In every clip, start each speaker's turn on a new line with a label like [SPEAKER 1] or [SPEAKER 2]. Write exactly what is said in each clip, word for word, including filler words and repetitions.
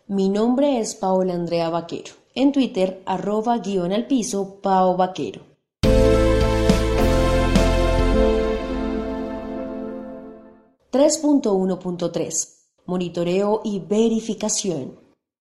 [SPEAKER 1] Mi nombre es Paola Andrea Vaquero. En Twitter, arroba guión al piso, Pao Vaquero. tres punto uno punto tres. Monitoreo y verificación.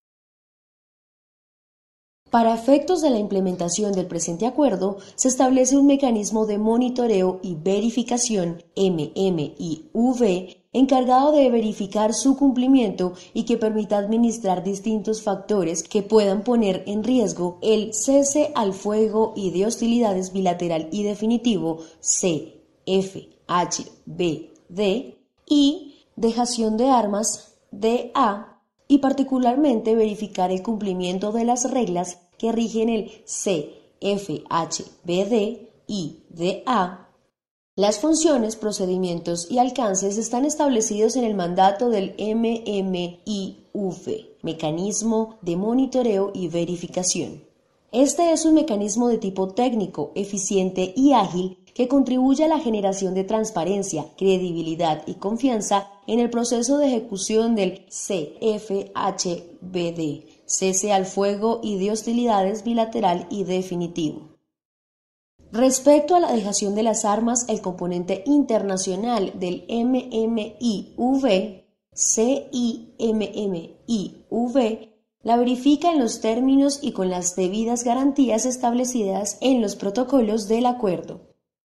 [SPEAKER 1] Para efectos de la implementación del presente acuerdo, se establece un mecanismo de monitoreo y verificación M M I V encargado de verificar su cumplimiento y que permita administrar distintos factores que puedan poner en riesgo el cese al fuego y de hostilidades bilateral y definitivo C F H B D y dejación de armas D A, y particularmente verificar el cumplimiento de las reglas que rigen el C F H B D y D A. Las funciones, procedimientos y alcances están establecidos en el mandato del M M I V, Mecanismo de Monitoreo y Verificación. Este es un mecanismo de tipo técnico, eficiente y ágil que contribuye a la generación de transparencia, credibilidad y confianza en el proceso de ejecución del C F H B D, cese al fuego y de hostilidades bilateral y definitivo. Respecto a la dejación de las armas, el componente internacional del M M I V, C I M M I V, la verifica en los términos y con las debidas garantías establecidas en los protocolos del acuerdo.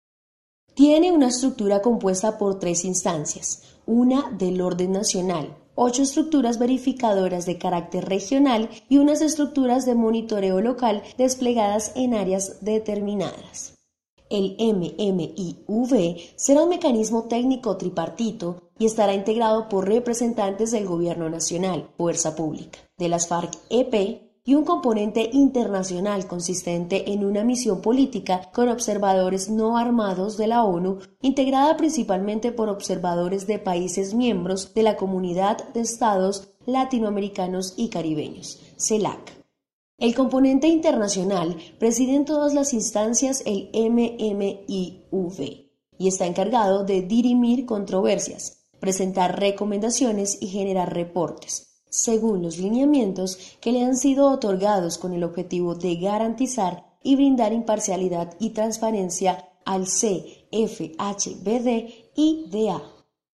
[SPEAKER 1] Tiene una estructura compuesta por tres instancias, una del orden nacional, ocho estructuras verificadoras de carácter regional y unas estructuras de monitoreo local desplegadas en áreas determinadas. El M M I V será un mecanismo técnico tripartito y estará integrado por representantes del Gobierno Nacional, Fuerza Pública, de las FARC-E P y un componente internacional consistente en una misión política con observadores no armados de la ONU, integrada principalmente por observadores de países miembros de la Comunidad de Estados Latinoamericanos y Caribeños, CELAC. El componente internacional preside en todas las instancias el M M I V y está encargado de dirimir controversias, presentar recomendaciones y generar reportes, según los lineamientos que le han sido otorgados con el objetivo de garantizar y brindar imparcialidad y transparencia al C F H B D y D A.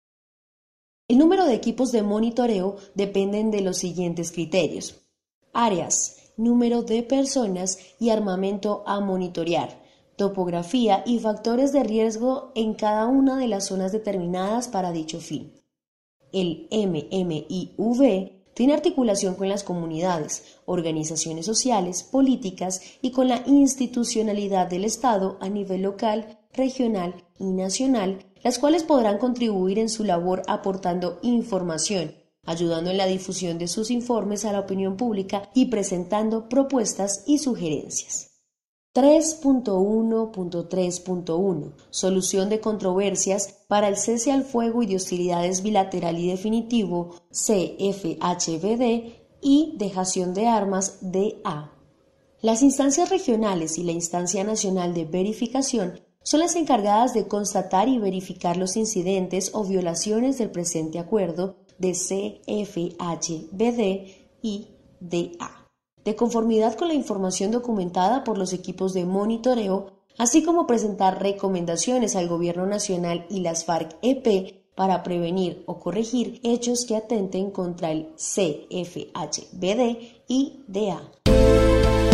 [SPEAKER 1] El número de equipos de monitoreo dependen de los siguientes criterios: áreas, número de personas y armamento a monitorear, topografía y factores de riesgo en cada una de las zonas determinadas para dicho fin. El M M I V tiene articulación con las comunidades, organizaciones sociales, políticas y con la institucionalidad del Estado a nivel local, regional y nacional, las cuales podrán contribuir en su labor aportando información, ayudando en la difusión de sus informes a la opinión pública y presentando propuestas y sugerencias. tres punto uno punto tres punto uno. Solución de controversias para el cese al fuego y de hostilidades bilateral y definitivo C F H B D y dejación de armas D A. Las instancias regionales y la instancia nacional de verificación son las encargadas de constatar y verificar los incidentes o violaciones del presente acuerdo de C F H B D y D A, de conformidad con la información documentada por los equipos de monitoreo, así como presentar recomendaciones al Gobierno Nacional y las FARC-E P para prevenir o corregir hechos que atenten contra el C F H B D y D A.